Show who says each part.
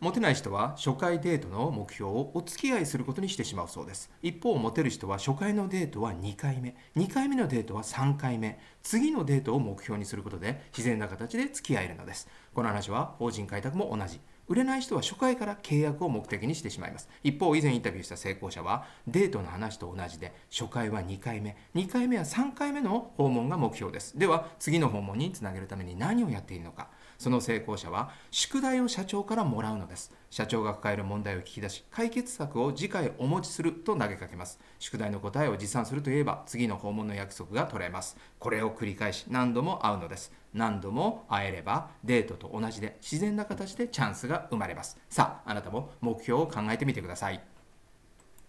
Speaker 1: モテない人は初回デートの目標をお付き合いすることにしてしまうそうです。一方、モテる人は初回のデートは2回目、2回目のデートは3回目、次のデートを目標にすることで自然な形で付き合えるのです。この話は法人開拓も同じ。売れない人は初回から契約を目的にしてしまいます。一方、以前インタビューした成功者はデートの話と同じで、初回は2回目、2回目は3回目の訪問が目標です。では、次の訪問につなげるために何をやっているのか。その成功者は宿題を社長からもらうのです。社長が抱える問題を聞き出し、解決策を次回お持ちすると投げかけます。宿題の答えを持参するといえば、次の訪問の約束が取れます。これを繰り返し何度も会うのです。何度も会えればデートと同じで自然な形でチャンスが生まれます。さあ、あなたも目標を考えてみてください。